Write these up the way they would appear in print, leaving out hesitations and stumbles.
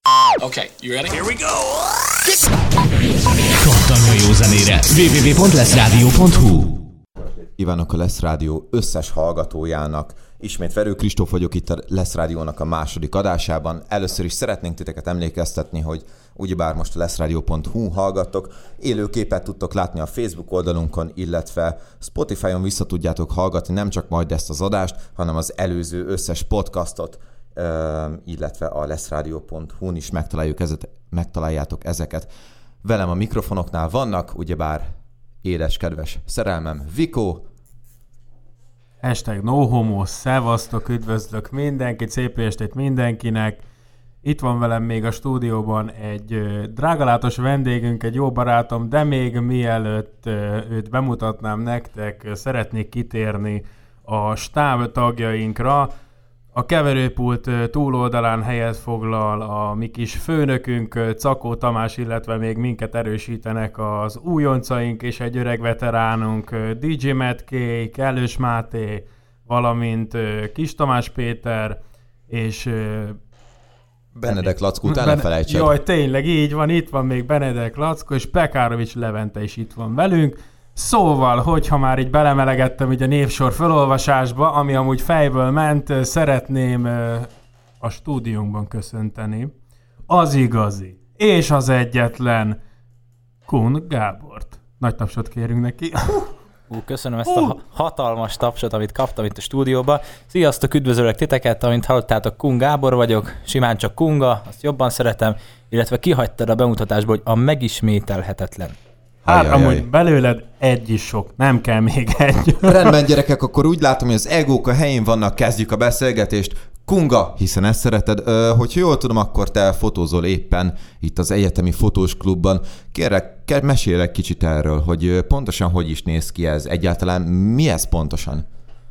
Okay, you ready? Here we go! Kattanj a jó zenére! www.leszradio.hu. Kívánok a Lesz Rádió összes hallgatójának. Ismét Verő Kristóf vagyok itt a Lesz Rádiónak a második adásában. Először is szeretnénk titeket emlékeztetni, hogy ugyebár most a leszradio.hu hallgattok, élő képet tudtok látni a Facebook oldalunkon, illetve Spotify-on vissza tudjátok hallgatni nem csak majd ezt az adást, hanem az előző összes podcastot, illetve a leszradio.hu-n is megtaláljátok ezeket. Velem a mikrofonoknál vannak, ugyebár édes, kedves szerelmem, Vikó. #nohomo, szevasztok, üdvözlök mindenkit, szép estét mindenkinek. Itt van velem még a stúdióban egy drágalátos vendégünk, egy jó barátom, de még mielőtt őt bemutatnám nektek, szeretnék kitérni a stáb tagjainkra. A keverőpult túloldalán helyet foglal a mi kis főnökünk, Cakó Tamás, illetve még minket erősítenek az újoncaink és egy öreg veteránunk, DJ Matkey, Kellős Máté, valamint Kis Tamás Péter, és... Benedek Lackót el ne felejtsed. Jaj, tényleg, így van, itt van még Benedek Lackó, és Pekárovics Levente is itt van velünk. Szóval, hogyha már így belemelegettem így a névsor felolvasásba, ami amúgy fejből ment, szeretném a stúdiónkban köszönteni az igazi és az egyetlen Kun Gábort. Nagy tapsot kérünk neki. Köszönöm ezt a hatalmas tapsot, amit kaptam itt a stúdióba. Sziasztok, üdvözöllek titeket, amint hallottátok, Kun Gábor vagyok, simán csak Kunga, azt jobban szeretem, illetve kihagytad a bemutatásból, hogy a megismételhetetlen. Hát amúgy belőled egy is sok, nem kell még egy. Rendben, gyerekek, akkor úgy látom, hogy az egók a helyén vannak, kezdjük a beszélgetést. Kunga, hiszen ezt szereted, hogyha jól tudom, akkor te fotózol éppen itt az Egyetemi Fotós Klubban. Kérlek, mesélj egy kicsit erről, hogy pontosan hogy is néz ki ez, egyáltalán mi ez pontosan?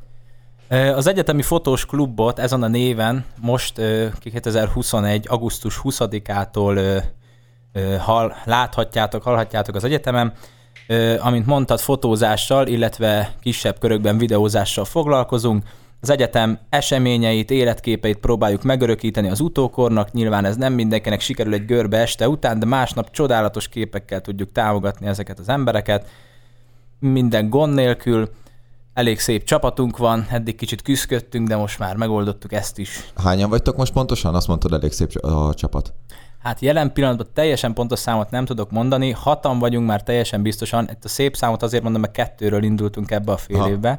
Az Egyetemi Fotós Klubot ezen a néven most 2021. augusztus 20-ától hallhatjátok az egyetemen. Amint mondtad, fotózással, illetve kisebb körökben videózással foglalkozunk. Az egyetem eseményeit, életképeit próbáljuk megörökíteni az utókornak. Nyilván ez nem mindenkinek sikerül egy görbe este után, de másnap csodálatos képekkel tudjuk támogatni ezeket az embereket. Minden gond nélkül. Elég szép csapatunk van, eddig kicsit küzdöttünk, de most már megoldottuk ezt is. Hányan vagytok most pontosan? Azt mondtad, elég szép a csapat. Hát jelen pillanatban teljesen pontos számot nem tudok mondani, 6-an vagyunk már teljesen biztosan. Itt a szép számot azért mondom, mert 2-ről indultunk ebbe a fél évbe.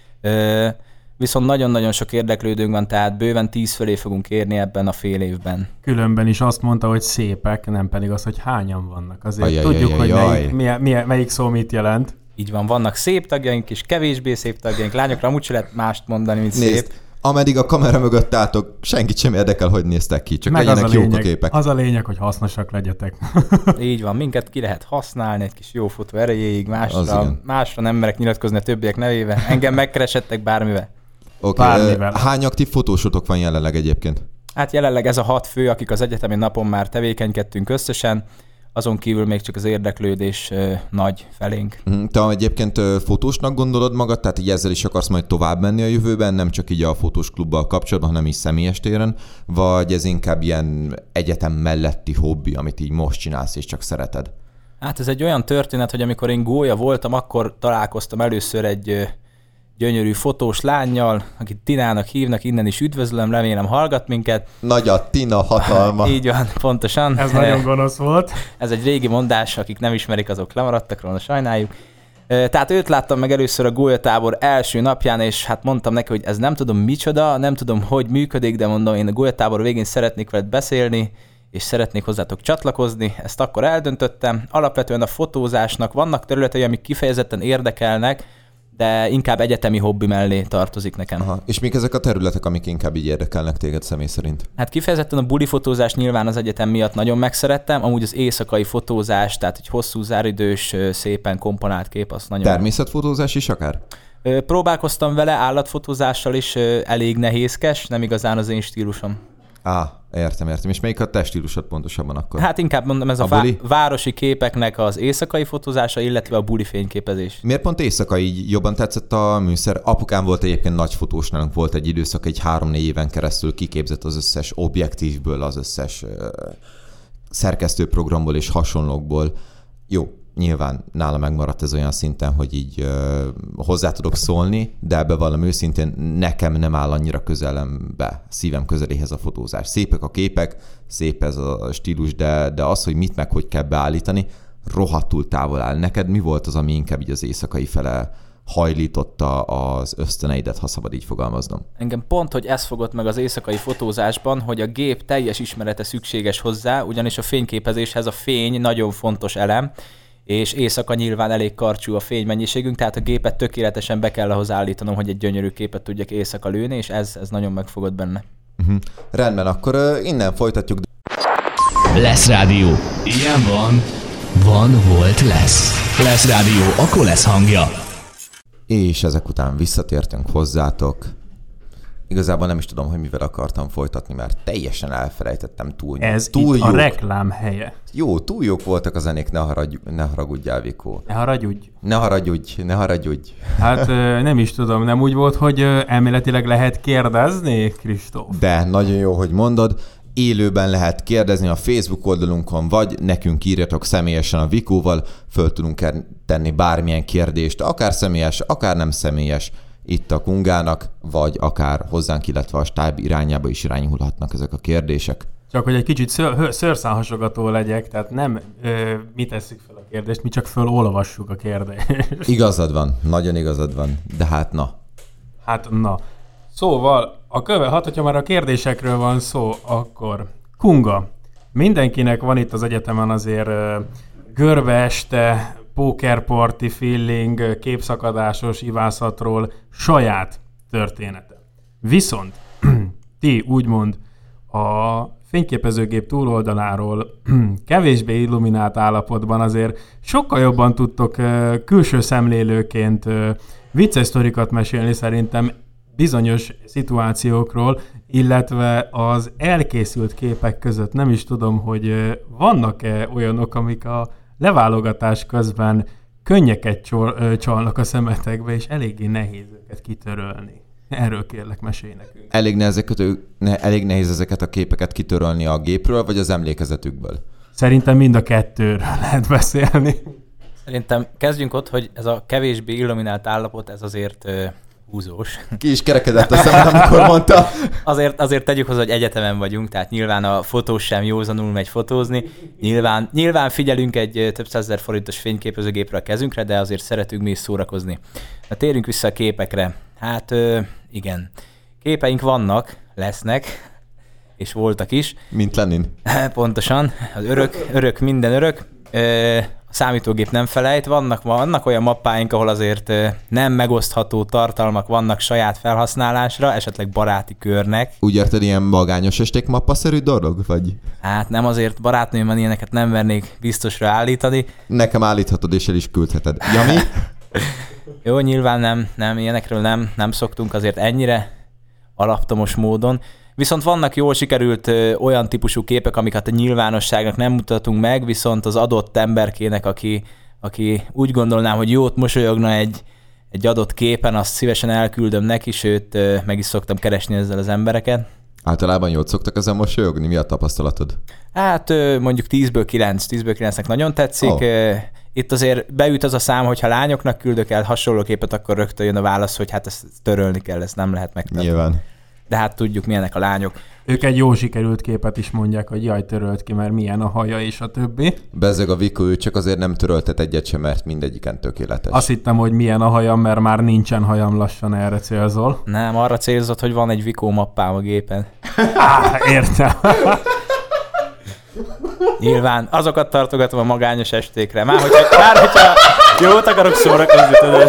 Viszont nagyon-nagyon sok érdeklődőnk van, tehát bőven 10 fölé fogunk érni ebben a fél évben. Különben is azt mondta, hogy szépek, nem pedig az, hogy hányan vannak. Azért tudjuk, hogy melyik szó mit jelent. Így van, vannak szép tagjaink és kevésbé szép tagjaink. Lányokra amúgy se lehet mást mondani, mint szép. Ameddig a kamera mögött álltok, senkit sem érdekel, hogy néztek ki, csak legyenek jók a képek. Az a lényeg, hogy hasznosak legyetek. Így van, minket ki lehet használni egy kis jó fotó erejéig, másra nem merek nyilatkozni a többiek nevével. Engem megkeresettek bármivel. Bármivel. Hány aktív fotósotok van jelenleg egyébként? Hát jelenleg ez a 6 fő, akik az egyetemi napon már tevékenykedtünk összesen, azon kívül még csak az érdeklődés nagy felénk. Te egyébként fotósnak gondolod magad, tehát így ezzel is akarsz majd tovább menni a jövőben, nem csak így a fotós klubbal kapcsolatban, hanem is személyes téren, vagy ez inkább ilyen egyetem melletti hobbi, amit így most csinálsz és csak szereted? Hát ez egy olyan történet, hogy amikor én gólya voltam, akkor találkoztam először egy gyönyörű fotós lánnyal, akit Tinának hívnak, innen is üdvözlöm, remélem hallgat minket. Nagy a Tina hatalma. Így van, pontosan. Ez nagyon gonosz volt. Ez egy régi mondás, akik nem ismerik, azok lemaradtak róla, sajnáljuk. Tehát őt láttam meg először a gólyatábor első napján, és hát mondtam neki, hogy ez nem tudom micsoda, nem tudom, hogy működik, de mondom, én a gólyatábor végén szeretnék veled beszélni, és szeretnék hozzátok csatlakozni. Ezt akkor eldöntöttem. Alapvetően a fotózásnak vannak területei, amik kifejezetten érdekelnek, de inkább egyetemi hobbi mellé tartozik nekem. Aha. És mik ezek a területek, amik inkább így érdekelnek téged személy szerint? Hát kifejezetten a buli fotózás nyilván az egyetem miatt nagyon megszerettem, amúgy az éjszakai fotózás, tehát egy hosszú záridős, szépen komponált kép, az nagyon... Természetfotózás is akár? Próbálkoztam vele, állatfotózással is elég nehézkes, nem igazán az én stílusom. Értem. És melyik a teststílusod pontosabban akkor? Hát inkább mondom, ez a városi képeknek az éjszakai fotózása, illetve a buli fényképezés. Miért pont éjszaka így jobban tetszett a műszer? Apukám volt egyébként nagy fotós, nálunk volt egy időszak, egy 3-4 éven keresztül kiképzett az összes objektívből, az összes szerkesztőprogramból és hasonlókból. Jó, nyilván nála megmaradt ez olyan szinten, hogy így hozzá tudok szólni, de bevallom őszintén, nekem nem áll annyira közelembe, szívem közeléhez a fotózás. Szépek a képek, szép ez a stílus, de az, hogy mit meg hogy kell beállítani, rohadtul távol áll. Neked mi volt az, ami inkább így az éjszakai fele hajlította az ösztöneidet, ha szabad így fogalmaznom? Engem pont, hogy ez fogott meg az éjszakai fotózásban, hogy a gép teljes ismerete szükséges hozzá, ugyanis a fényképezéshez a fény nagyon fontos elem, és éjszaka nyilván elég karcsú a fénymennyiségünk, tehát a gépet tökéletesen be kell ahhoz állítanom, hogy egy gyönyörű képet tudjak éjszaka lőni, és ez nagyon megfogott benne. Rendben, akkor innen folytatjuk. Lesz rádió. Ilyen van, volt, lesz. Lesz rádió, akkor lesz hangja. És ezek után visszatértünk hozzátok. Igazából nem is tudom, hogy mivel akartam folytatni, mert teljesen elfelejtettem túl. Ez túl itt a reklám helye. Jó, túl jók voltak a zenék, ne haragudjál, Vikó. Ne haragudj. Hát nem is tudom, nem úgy volt, hogy elméletileg lehet kérdezni, Kristóf? De nagyon jó, hogy mondod. Élőben lehet kérdezni a Facebook oldalunkon, vagy nekünk írjatok személyesen a Vikóval, föl tudunk tenni bármilyen kérdést, akár személyes, akár nem személyes, itt a Kungának, vagy akár hozzánk, illetve a stáb irányába is irányulhatnak ezek a kérdések. Csak hogy egy kicsit szőrszálhasogató legyek, tehát nem mi tesszük fel a kérdést, mi csak fölolvassuk a kérdést. Igazad van, nagyon igazad van, de hát na. Szóval, hogyha már a kérdésekről van szó, akkor Kunga, mindenkinek van itt az egyetemen azért görbe este, pókerparti feeling, képszakadásos ivászatról saját története. Viszont ti úgymond a fényképezőgép túloldaláról kevésbé illuminált állapotban azért sokkal jobban tudtok külső szemlélőként vicces sztorikat mesélni szerintem bizonyos szituációkról, illetve az elkészült képek között nem is tudom, hogy vannak-e olyanok, amik a leválogatás közben könnyeket csalnak a szemetekbe, és eléggé nehéz őket kitörölni. Erről kérlek, mesélj nekünk. Elég nehéz ezeket a képeket kitörölni a gépről, vagy az emlékezetükből? Szerintem mind a kettőről lehet beszélni. Szerintem kezdjünk ott, hogy ez a kevésbé illuminált állapot, ez azért húzós. Ki is kerekedett a szemem, amikor mondta. Azért tegyük hozzá, hogy egyetemen vagyunk, tehát nyilván a fotós sem józanul megy fotózni. Nyilván figyelünk egy több 100 000 forintos fényképezőgépre a kezünkre, de azért szeretünk mi is szórakozni. Na, térjünk vissza a képekre. Hát igen. Képeink vannak, lesznek, és voltak is. Mint Lenin. Pontosan. Az örök, minden örök. A számítógép nem felejt, vannak olyan mappáink, ahol azért nem megosztható tartalmak vannak saját felhasználásra, esetleg baráti körnek. Úgy érted, ilyen magányos esték mappaszerű dolog, vagy? Hát nem, azért barátnőmben ilyeneket nem vernék biztosra állítani. Nekem állíthatod és el is küldheted. Jami? Jó, nyilván nem, ilyenekről nem szoktunk azért ennyire alaptomos módon. Viszont vannak jól sikerült olyan típusú képek, amiket a nyilvánosságnak nem mutatunk meg, viszont az adott emberkének, aki úgy gondolnám, hogy jót mosolyogna egy adott képen, azt szívesen elküldöm neki, sőt, meg is szoktam keresni ezzel az embereket. Általában jót szoktak ezen mosolyogni? Mi a tapasztalatod? Hát mondjuk 10-ből 9-nek nagyon tetszik. Oh. Itt azért beüt az a szám, hogyha lányoknak küldök el hasonló képet, akkor rögtön jön a válasz, hogy hát ezt törölni kell, ezt nem lehet megtenni. Nyilván. De hát tudjuk, milyenek a lányok. Ők egy jó sikerült képet is mondják, hogy jaj, törölt ki, mert milyen a haja és a többi. Bezzeg a Vikó, ő csak azért nem töröltet egyet sem, mert mindegyiken tökéletes. Azt hittem, hogy milyen a hajam, mert már nincsen hajam, lassan erre célzol. Nem, arra célzott, hogy van egy Vikó mappám a gépen. Értem. Nyilván azokat tartogatom a magányos estékre. Már hogyha jót akarok szórakozni, tudod.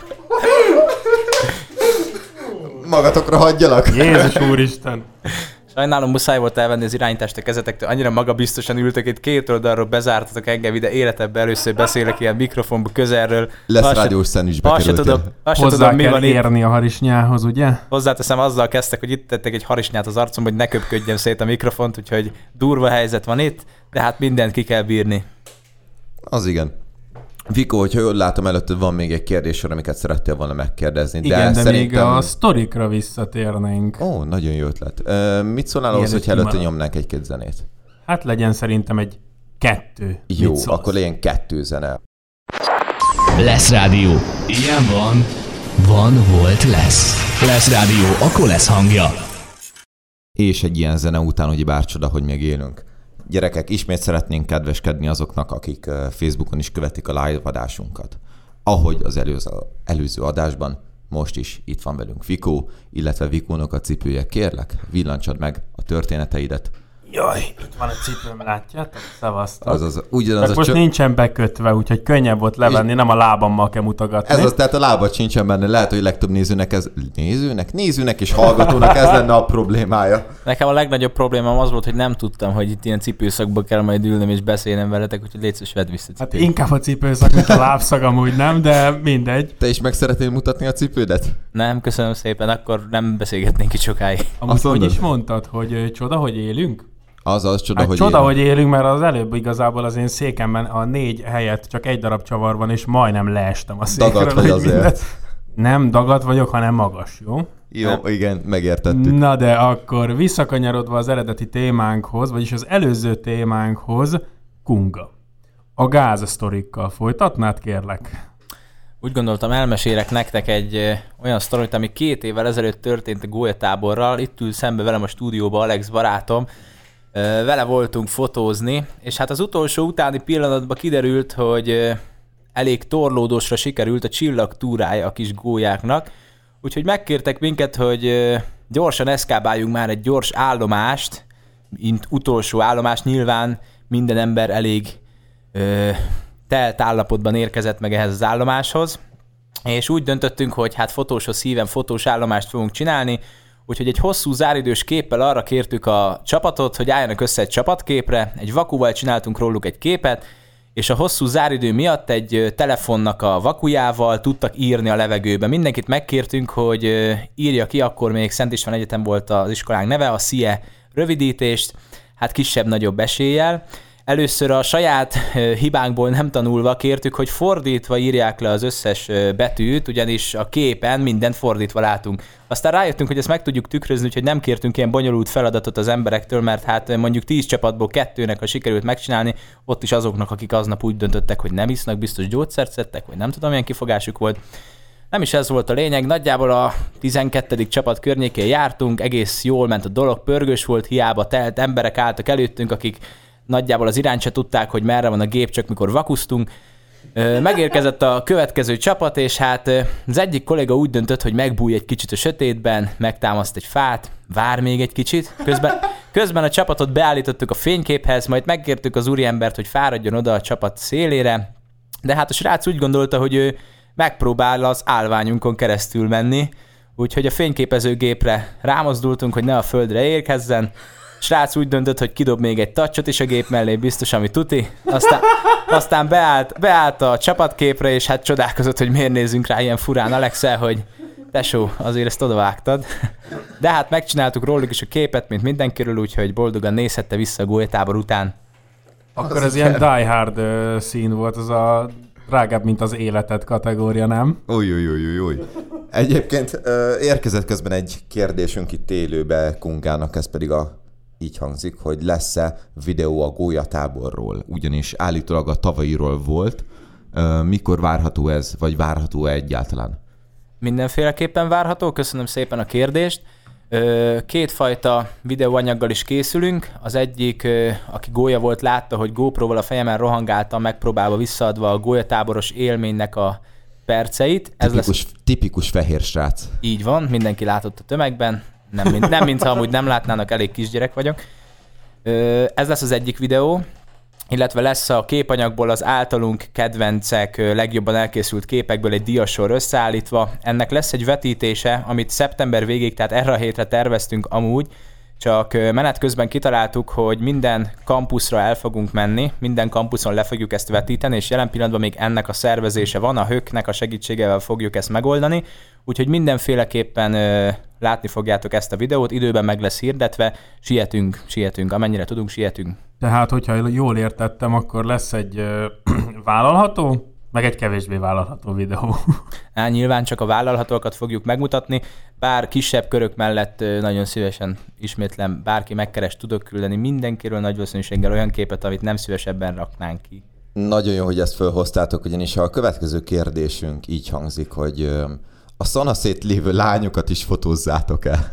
Magatokra hagyjalak? Jézus úristen! Sajnálom, muszáj volt elvenni az irányítást a kezetektől, annyira magabiztosan ültök itt, két oldalról bezártatok engem ide, életemben először beszélek ilyen mikrofonba közelről. Lesz rádiós szendvicsbe kerültél. Hozzá kell érni a harisnyához, ugye? Hozzáteszem, azzal kezdtek, hogy itt tettek egy harisnyát az arcom, hogy ne köpködjem szét a mikrofont, úgyhogy durva helyzet van itt, de hát mindent ki kell bírni. Az igen. Vikó, hogyha jól látom, előtted van még egy kérdésor, amiket szerettél volna megkérdezni. Igen, de szerintem... még a sztorikra visszatérnénk. Ó, nagyon jó ötlet. Mit szólnál ahhoz, hogy előtte nyomnánk egy-két zenét? Hát legyen szerintem egy 2. Jó, akkor legyen 2 zene. Lesz rádió. Ilyen van, volt, lesz. Lesz rádió, akkor lesz hangja. És egy ilyen zene után, hogy bárcsoda, hogy még élünk. Gyerekek, ismét szeretnénk kedveskedni azoknak, akik Facebookon is követik a live adásunkat. Ahogy az előző adásban, most is itt van velünk Vikó, illetve Vikónak a cipője. Kérlek, villancsad meg a történeteidet. Jaj, itt van a cipőm, látjátok? Szevasztok. Azaz, ugyanaz most nincsen bekötve, úgyhogy könnyebb volt levenni, nem a lábammal kell mutogatni. Ez az, tehát a lábad sincsen benne. Lehet, hogy legtöbb nézőnek és hallgatónak ez lenne a problémája. Nekem a legnagyobb problémám az volt, hogy nem tudtam, hogy itt ilyen cipőszakba kell majd ülnöm és beszélnem veletek, úgyhogy légy szíves, vedd vissza a cipőt. Hát inkább a cipőszak, mint a lábszag amúgy nem, de mindegy. Te is meg szeretnél mutatni a cipődet? Nem, köszönöm szépen, akkor nem beszélgetnénk itt sokáig. Amúgy hogy is mondtad, hogy csoda, hogy élünk? Az csoda, hát hogy csoda, hogy élünk, mert az előbb igazából az én székemben a 4 helyett csak egy darab csavar van, és majdnem leestem a székről. Dagadt vagy azért. Mindent. Nem dagadt vagyok, hanem magas, jó? Jó, igen, megértettük. Na de akkor visszakanyarodva az eredeti témánkhoz, vagyis az előző témánkhoz, Kunga. A gázsztorikkal folytatnád, kérlek? Úgy gondoltam, elmesélek nektek egy olyan sztorit, ami 2 évvel ezelőtt történt a gólyatáborral. Itt ül szembe velem a stúdióba Alex barátom. Vele voltunk fotózni, és hát az utolsó utáni pillanatban kiderült, hogy elég torlódósra sikerült a csillagtúrája a kis gólyáknak, úgyhogy megkértek minket, hogy gyorsan eszkábáljunk már egy gyors állomást, mint utolsó állomást. Nyilván minden ember elég telt állapotban érkezett meg ehhez az állomáshoz, és úgy döntöttünk, hogy hát fotósos szíven fotós állomást fogunk csinálni, úgyhogy egy hosszú záridős képpel arra kértük a csapatot, hogy álljanak össze egy csapatképre, egy vakúval csináltunk róluk egy képet, és a hosszú záridő miatt egy telefonnak a vakujával tudtak írni a levegőbe. Mindenkit megkértünk, hogy írja ki, akkor még Szent István Egyetem volt az iskolánk neve, a SZIE rövidítést, hát kisebb-nagyobb eséllyel. Először a saját hibánkból nem tanulva kértük, hogy fordítva írják le az összes betűt, ugyanis a képen mindent fordítva látunk. Aztán rájöttünk, hogy ezt meg tudjuk tükrözni, úgyhogy nem kértünk ilyen bonyolult feladatot az emberektől, mert hát mondjuk 10 csapatból 2-nek, ha sikerült megcsinálni, ott is azoknak, akik aznap úgy döntöttek, hogy nem isznak, biztos gyógyszert szedtek, vagy nem tudom, milyen kifogásuk volt. Nem is ez volt a lényeg, nagyjából a 12. csapat környékén jártunk, egész jól ment a dolog, pörgős volt, hiába telt emberek álltak előttünk, akik nagyjából az irányt se tudták, hogy merre van a gép, csak mikor vakusztunk. Megérkezett a következő csapat, és hát az egyik kolléga úgy döntött, hogy megbújj egy kicsit a sötétben, megtámaszt egy fát, vár még egy kicsit. Közben a csapatot beállítottuk a fényképhez, majd megkértük az úriembert, hogy fáradjon oda a csapat szélére, de hát a srác úgy gondolta, hogy ő megpróbál az állványunkon keresztül menni, úgyhogy a fényképezőgépre rámozdultunk, hogy ne a földre érkezzen. Srác úgy döntött, hogy kidob még egy touchot is a gép mellé, biztos, ami tuti. Aztán beállt a csapatképre, és hát csodálkozott, hogy miért nézzünk rá ilyen furán Alexel, hogy tesó, azért ezt odavágtad. De hát megcsináltuk róluk is a képet, mint mindenkiről, úgyhogy boldogan nézhette vissza a gólyatábor után. Akkor ez ilyen Die Hard szín volt, az a drágább, mint az életed kategória, nem? Új. Egyébként érkezett közben egy kérdésünk itt élőbe Kungának, ez pedig így hangzik, hogy lesz-e videó a gólyatáborról, ugyanis állítólag a tavalyiról volt. Mikor várható ez, vagy várható-e egyáltalán? Mindenféleképpen várható, köszönöm szépen a kérdést. 2 fajta videóanyaggal is készülünk. Az egyik, aki gólya volt, látta, hogy GoPro-val a fejemen rohangáltam, megpróbálva visszaadva a gólyatáboros élménynek a perceit. Tipikus fehér srác. Így van, mindenki látott a tömegben. Nem mintha amúgy nem látnának, elég kisgyerek vagyok. Ez lesz az egyik videó, illetve lesz a képanyagból az általunk kedvencek, legjobban elkészült képekből egy diasor összeállítva. Ennek lesz egy vetítése, amit szeptember végéig, tehát erre a hétre terveztünk amúgy, csak menet közben kitaláltuk, hogy minden kampuszra el fogunk menni, minden kampuszon le fogjuk ezt vetíteni, és jelen pillanatban még ennek a szervezése van, a HÖK-nek a segítségével fogjuk ezt megoldani, úgyhogy mindenféleképpen látni fogjátok ezt a videót, időben meg lesz hirdetve, sietünk, amennyire tudunk, sietünk. Tehát, hogyha jól értettem, akkor lesz egy vállalható, meg egy kevésbé vállalható videó. Nyilván csak a vállalhatókat fogjuk megmutatni, bár kisebb körök mellett nagyon szívesen ismétlem, bárki megkeres, tudok küldeni mindenkiről nagy valószínűséggel olyan képet, amit nem szívesebben raknánk ki. Nagyon jó, hogy ezt felhoztátok, ugyanis a következő kérdésünk így hangzik, hogy a szanaszét lévő lányokat is fotózzátok el?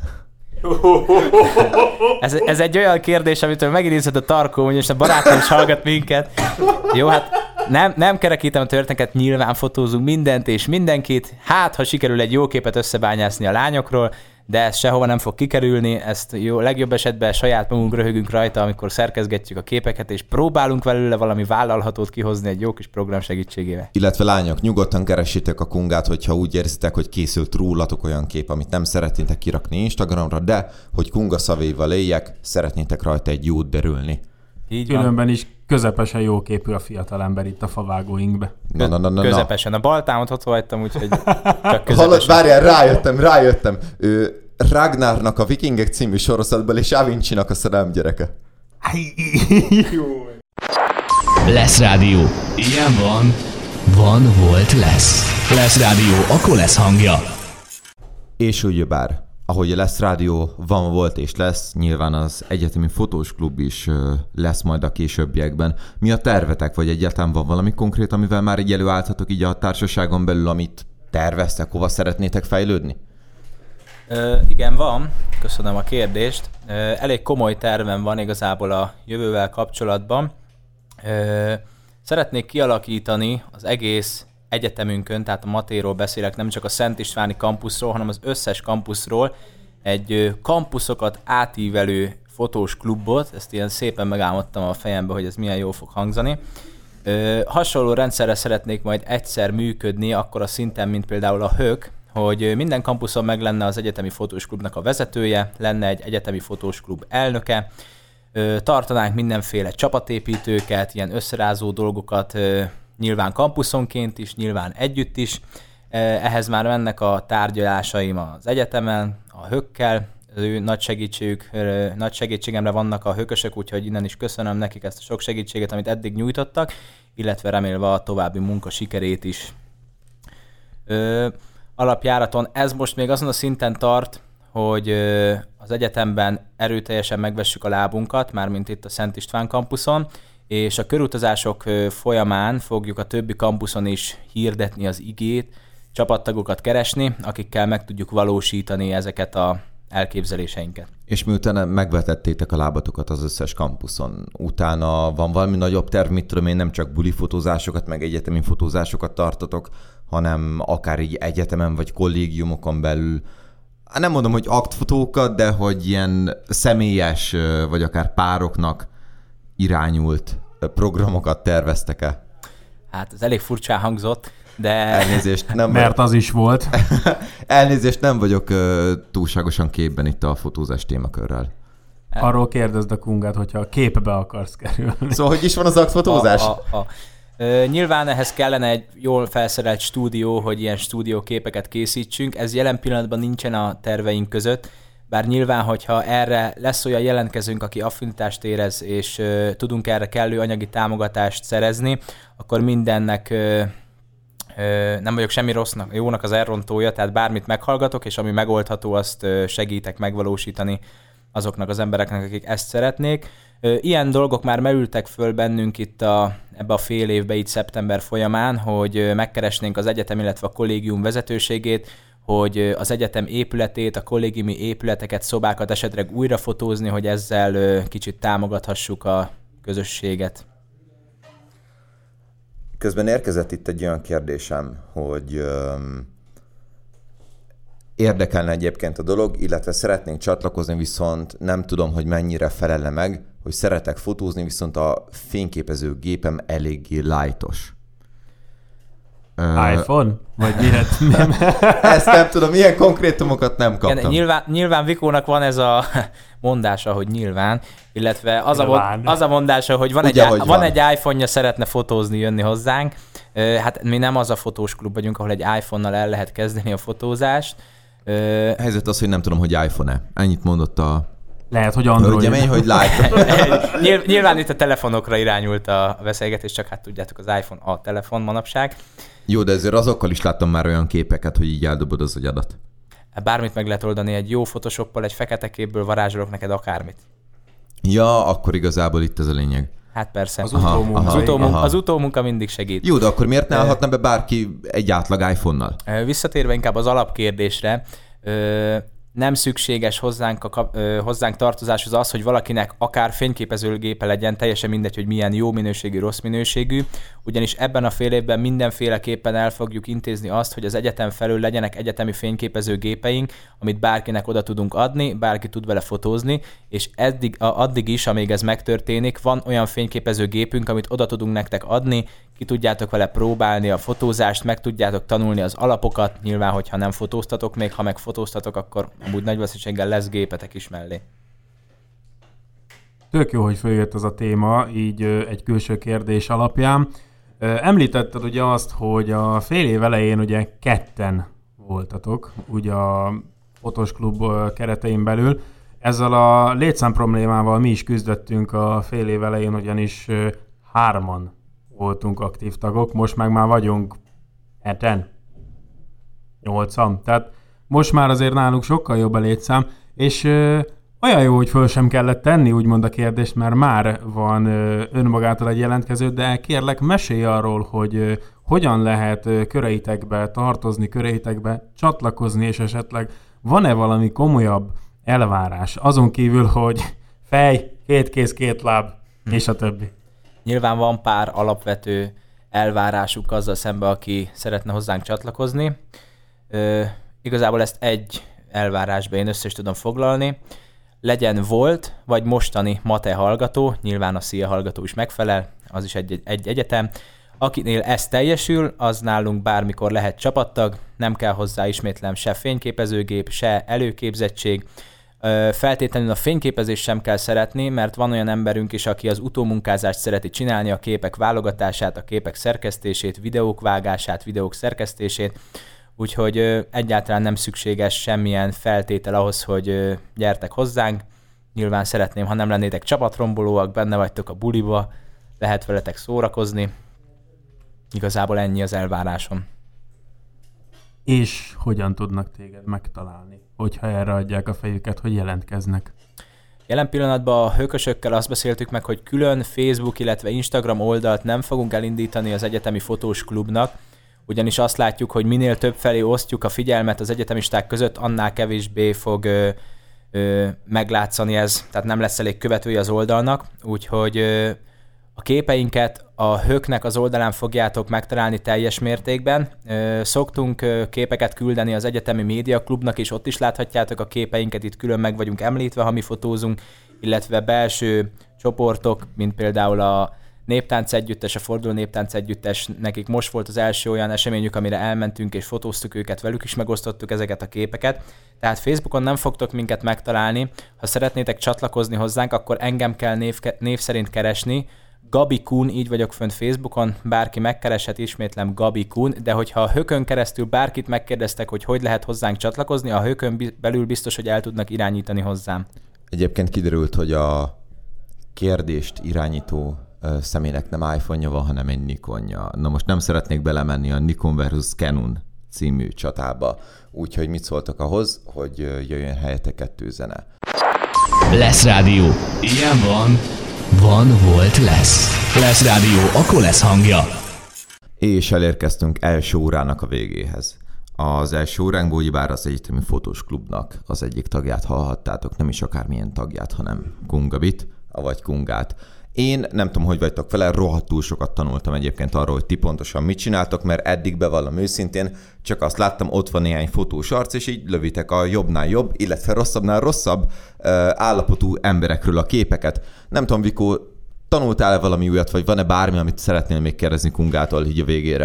Ez egy olyan kérdés, amitől megidézhet a tarkó, hogy most a barátom is hallgat minket. Jó, hát nem kerekítem a történeteket, nyilván fotózunk mindent és mindenkit. Hát, ha sikerül egy jó képet összebányászni a lányokról, de ez sehova nem fog kikerülni, ezt legjobb esetben saját magunk röhögünk rajta, amikor szerkezgetjük a képeket, és próbálunk belőle valami vállalhatót kihozni egy jó kis program segítségével. Illetve lányok, nyugodtan keressétek a Kungát, hogyha úgy érzitek, hogy készült rólatok olyan kép, amit nem szeretnétek kirakni Instagramra, de hogy Kunga szavéval éljek, szeretnétek rajta egy jót derülni. Így különben is közepesen jó képű a fiatalember itt a favágóinkbe. Közepesen. A baltámot ott hagytam, úgyhogy csak közepesen. Várjál, rájöttem. Ragnarnak a Vikingek című sorozatból és Avincinak a szerelem gyereke. Lesz Rádió. Ilyen van, volt, lesz. Lesz Rádió, akkor lesz hangja. És ugyebár, ahogy Lesz Rádió van, volt és lesz, nyilván az Egyetemi Fotós Klub is lesz majd a későbbiekben. Mi a tervetek, vagy egyáltalán van valami konkrét, amivel már így előálltatok így a társaságon belül, amit terveztek, hova szeretnétek fejlődni? Igen, van. Köszönöm a kérdést. Elég komoly tervem van igazából a jövővel kapcsolatban. Szeretnék kialakítani az egész egyetemünkön, tehát a Matéról beszélek, nem csak a Szent Istváni kampuszról, hanem az összes kampuszról egy kampuszokat átívelő fotós klubot, ezt ilyen szépen megálmodtam a fejembe, hogy ez milyen jól fog hangzani. Hasonló rendszerre szeretnék majd egyszer működni, akkor a szinten, mint például a HÖK, hogy minden kampuszon meg lenne az Egyetemi Fotós Klubnak a vezetője, lenne egy Egyetemi Fotós Klub elnöke, tartanánk mindenféle csapatépítőket, ilyen összerázó dolgokat, nyilván kampuszonként is, nyilván együtt is. Ehhez már mennek a tárgyalásaim az egyetemen, a HÖK-kel, az ő nagy segítségemre vannak a hökösök, úgyhogy innen is köszönöm nekik ezt a sok segítséget, amit eddig nyújtottak, illetve remélve a további munka sikerét is. Alapjáraton ez most még azon a szinten tart, hogy az egyetemben erőteljesen megvessük a lábunkat, mármint itt a Szent István kampuszon, és a körutazások folyamán fogjuk a többi kampuszon is hirdetni az igét, csapattagokat keresni, akikkel meg tudjuk valósítani ezeket a elképzeléseinket. És miután megvetettétek a lábatokat az összes kampuszon, utána van valami nagyobb terv, mit tudom én, nem csak bulifotózásokat, meg egyetemi fotózásokat tartotok, hanem akár így egyetemen vagy kollégiumokon belül, nem mondom, hogy aktfotókat, de hogy ilyen személyes, vagy akár pároknak irányult programokat terveztek-e? Hát ez elég furcsán hangzott, de... Elnézést, nem mert az is volt. Elnézést, nem vagyok túlságosan képben itt a fotózás témakörrel. Arról kérdezd a Kungát, hogyha a képbe akarsz kerülni. Szóval, hogy is van az aktfotózás? Nyilván ehhez kellene egy jól felszerelt stúdió, hogy ilyen stúdióképeket készítsünk. Ez jelen pillanatban nincsen a terveink között, bár nyilván, hogyha erre lesz olyan jelentkezőnk, aki affinitást érez, és tudunk erre kellő anyagi támogatást szerezni, akkor mindennek nem vagyok semmi rossznak, jónak az elrontója, tehát bármit meghallgatok, és ami megoldható, azt segítek megvalósítani azoknak az embereknek, akik ezt szeretnék. Ilyen dolgok már merültek föl bennünk itt ebbe a fél évbe, itt szeptember folyamán, hogy megkeresnénk az egyetem, illetve a kollégium vezetőségét, hogy az egyetem épületét, a kollégiumi épületeket, szobákat esetleg újra fotózni, hogy ezzel kicsit támogathassuk a közösséget. Közben érkezett itt egy olyan kérdésem, hogy érdekelne egyébként a dolog, illetve szeretnénk csatlakozni, viszont nem tudom, hogy mennyire felele meg, hogy szeretek fotózni, viszont a fényképező gépem eléggé lightos. iPhone? Vagy miért? Ezt nem tudom, ilyen konkrétumokat nem kaptam. Nyilván Vikónak van ez a mondása, hogy nyilván, illetve az a mondása, hogy van egy iPhone-ja, szeretne fotózni, jönni hozzánk. Hát mi nem az a fotós klub vagyunk, ahol egy iPhone-nal el lehet kezdeni a fotózást. Helyzet az, hogy nem tudom, hogy iPhone-e. Ennyit mondott a... Lehet, hogy Android. Hölgyemény, hogy Nyilván itt a telefonokra irányult a beszélgetés, csak hát tudjátok, az iPhone a telefon manapság. Jó, de ezért azokkal is láttam már olyan képeket, hogy így eldobod az agyadat. Bármit meg lehet oldani, egy jó Photoshoppal, egy fekete képből varázsolok neked akármit. Ja, akkor igazából itt ez a lényeg. Hát persze. Az utómunka mindig segít. Jó, de akkor miért ne állhatna be bárki egy átlag iPhone-nal? Visszatérve inkább az alapkérdésre, nem szükséges hozzánk tartozáshoz az, hogy valakinek akár fényképezőgépe legyen, teljesen mindegy, hogy milyen jó minőségű, rossz minőségű, ugyanis ebben a fél évben mindenféleképpen el fogjuk intézni azt, hogy az egyetem felől legyenek egyetemi fényképezőgépeink, amit bárkinek oda tudunk adni, bárki tud vele fotózni, és addig is, amíg ez megtörténik, van olyan fényképezőgépünk, amit oda tudunk nektek adni, ki tudjátok vele próbálni a fotózást, meg tudjátok tanulni az alapokat, nyilván, hogyha nem fotóztatok még, ha meg fotóztatok, akkor amúgy nagy valószínűséggel lesz gépetek is mellé. Tök jó, hogy följött ez a téma, így egy külső kérdés alapján. Említetted ugye azt, hogy a fél év elején ugye ketten voltatok, ugye a Fotós Klub keretein belül. Ezzel a létszám problémával mi is küzdöttünk a fél év elején, ugyanis 3-an voltunk aktív tagok, most meg már vagyunk 7-en, 8-an, tehát most már azért nálunk sokkal jobb a létszám, és olyan jó, hogy föl sem kellett tenni, úgymond a kérdést, mert már van önmagától egy jelentkező, de kérlek, mesélj arról, hogy hogyan lehet köreitekbe tartozni, köreitekbe csatlakozni, és esetleg van-e valami komolyabb elvárás, azon kívül, hogy fej, 2 kéz, 2 láb, és a többi. Nyilván van pár alapvető elvárásuk azzal szemben, aki szeretne hozzánk csatlakozni. Igazából ezt egy elvárásba én össze is tudom foglalni. Legyen volt, vagy mostani MATE hallgató, nyilván a SZIA hallgató is megfelel, az is egy egyetem. Akinél ez teljesül, az nálunk bármikor lehet csapattag, nem kell hozzá ismétlem se fényképezőgép, se előképzettség. Feltétlenül a fényképezést sem kell szeretni, mert van olyan emberünk is, aki az utómunkázást szereti csinálni, a képek válogatását, a képek szerkesztését, videók vágását, videók szerkesztését, úgyhogy egyáltalán nem szükséges semmilyen feltétel ahhoz, hogy gyertek hozzánk. Nyilván szeretném, ha nem lennétek csapatrombolóak, benne vagytok a buliba, lehet veletek szórakozni. Igazából ennyi az elvárásom. És hogyan tudnak téged megtalálni, hogyha erre adják a fejüket, hogy jelentkeznek? Jelen pillanatban a hökösökkel azt beszéltük meg, hogy külön Facebook, illetve Instagram oldalt nem fogunk elindítani az Egyetemi Fotós Klubnak, ugyanis azt látjuk, hogy minél több felé osztjuk a figyelmet az egyetemisták között, annál kevésbé fog meglátszani ez, tehát nem lesz elég követői az oldalnak, úgyhogy a képeinket a Höknek az oldalán fogjátok megtalálni teljes mértékben. Szoktunk képeket küldeni az Egyetemi Média Klubnak, és ott is láthatjátok a képeinket, itt külön meg vagyunk említve, ha mi fotózunk, illetve belső csoportok, mint például a Néptánc Együttes, a Forduló Néptánc Együttes, nekik most volt az első olyan eseményük, amire elmentünk és fotóztuk őket, velük is megosztottuk ezeket a képeket. Tehát Facebookon nem fogtok minket megtalálni, ha szeretnétek csatlakozni hozzánk, akkor engem kell név szerint keresni, Gabi Kun, így vagyok fönt Facebookon, bárki megkereshet, ismétlem Gabi Kun, de hogyha a Hökön keresztül bárkit megkérdeztek, hogy lehet hozzánk csatlakozni, a Hökön belül biztos, hogy el tudnak irányítani hozzám. Egyébként kiderült, hogy a kérdést irányító személynek nem iPhone-ja van, hanem egy Nikonja. Na most nem szeretnék belemenni a Nikon versus Canon című csatába, úgyhogy mit szóltak ahhoz, hogy jöjjön helyette 2 zene. Lesz rádió. Ilyen van, volt, lesz. Lesz rádió, akkor lesz hangja. És elérkeztünk első órának a végéhez. Az első óránkból ugyebár az Egyetemi Fotós Klubnak az egyik tagját hallhattátok, nem is akármilyen tagját, hanem Kungabit, avagy Kungát. Én nem tudom, hogy vagytok vele, rohadtul sokat tanultam egyébként arról, hogy ti pontosan mit csináltok, mert eddig bevallom őszintén, csak azt láttam, ott van néhány fotós arc, és így lövitek a jobbnál jobb, illetve rosszabbnál rosszabb állapotú emberekről a képeket. Nem tudom, Vikó, tanultál-e valami újat, vagy van-e bármi, amit szeretnél még kérdezni Kungától így a végére?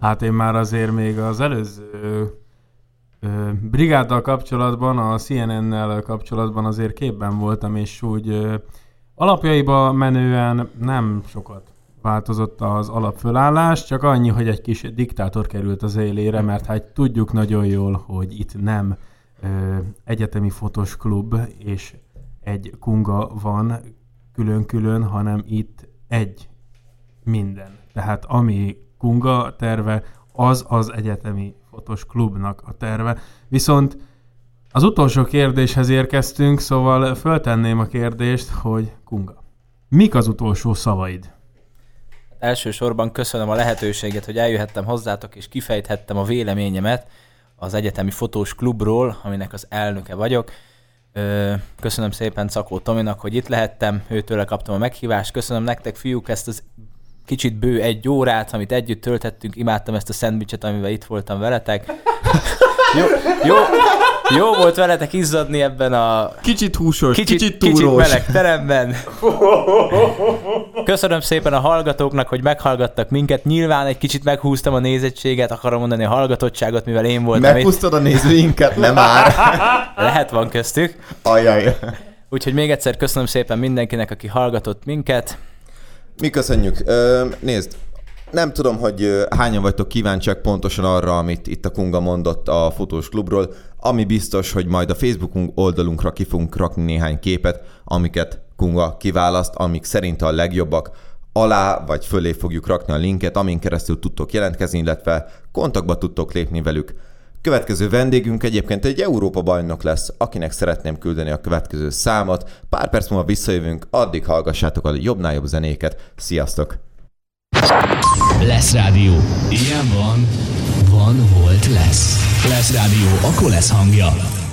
Hát én már azért még az előző brigáddal kapcsolatban, a CNN-nel kapcsolatban azért képben voltam, és úgy alapjaiba menően nem sokat változott az alapfölállás, csak annyi, hogy egy kis diktátor került az élére, mert hát tudjuk nagyon jól, hogy itt nem egyetemi fotós klub és egy kunga van külön-külön, hanem itt egy minden. Tehát ami kunga terve, az egyetemi fotós klubnak a terve. Viszont az utolsó kérdéshez érkeztünk, szóval föltenném a kérdést, hogy kunga, mik az utolsó szavaid? Elsősorban köszönöm a lehetőséget, hogy eljöhettem hozzátok, és kifejthettem a véleményemet az egyetemi fotós klubról, aminek az elnöke vagyok. Köszönöm szépen Czakó Tominak, hogy itt lehettem, őtőle kaptam a meghívást. Köszönöm nektek, fiúk, ezt az kicsit bő 1 órát, amit együtt töltettünk. Imádtam ezt a szendvicset, amivel itt voltam veletek. Jó volt veletek izzadni ebben a... Kicsit húsos, kicsit túrós. Kicsit meleg teremben. Köszönöm szépen a hallgatóknak, hogy meghallgattak minket. Nyilván egy kicsit meghúztam a nézettséget, akarom mondani a hallgatottságot, mivel én voltam. Meghúztad a nézőinket? Nem már. Lehet van köztük. Ajaj. Úgyhogy még egyszer köszönöm szépen mindenkinek, aki hallgatott minket. Mi köszönjük. Nézd, nem tudom, hogy hányan vagytok kíváncsiak pontosan arra, amit itt a kunga mondott a fotós klubról, ami biztos, hogy majd a Facebook oldalunkra ki fogunk rakni néhány képet, amiket kunga kiválaszt, amik szerint a legjobbak. Alá vagy fölé fogjuk rakni a linket, amin keresztül tudtok jelentkezni, illetve kontaktba tudtok lépni velük. Következő vendégünk egyébként egy Európa-bajnok lesz, akinek szeretném küldeni a következő számot. Pár perc múlva visszajövünk, addig hallgassátok a jobbnál jobb zenéket. Sziasztok! Lesz Rádió. Ilyen van, volt, lesz. Lesz Rádió, akkor lesz hangja.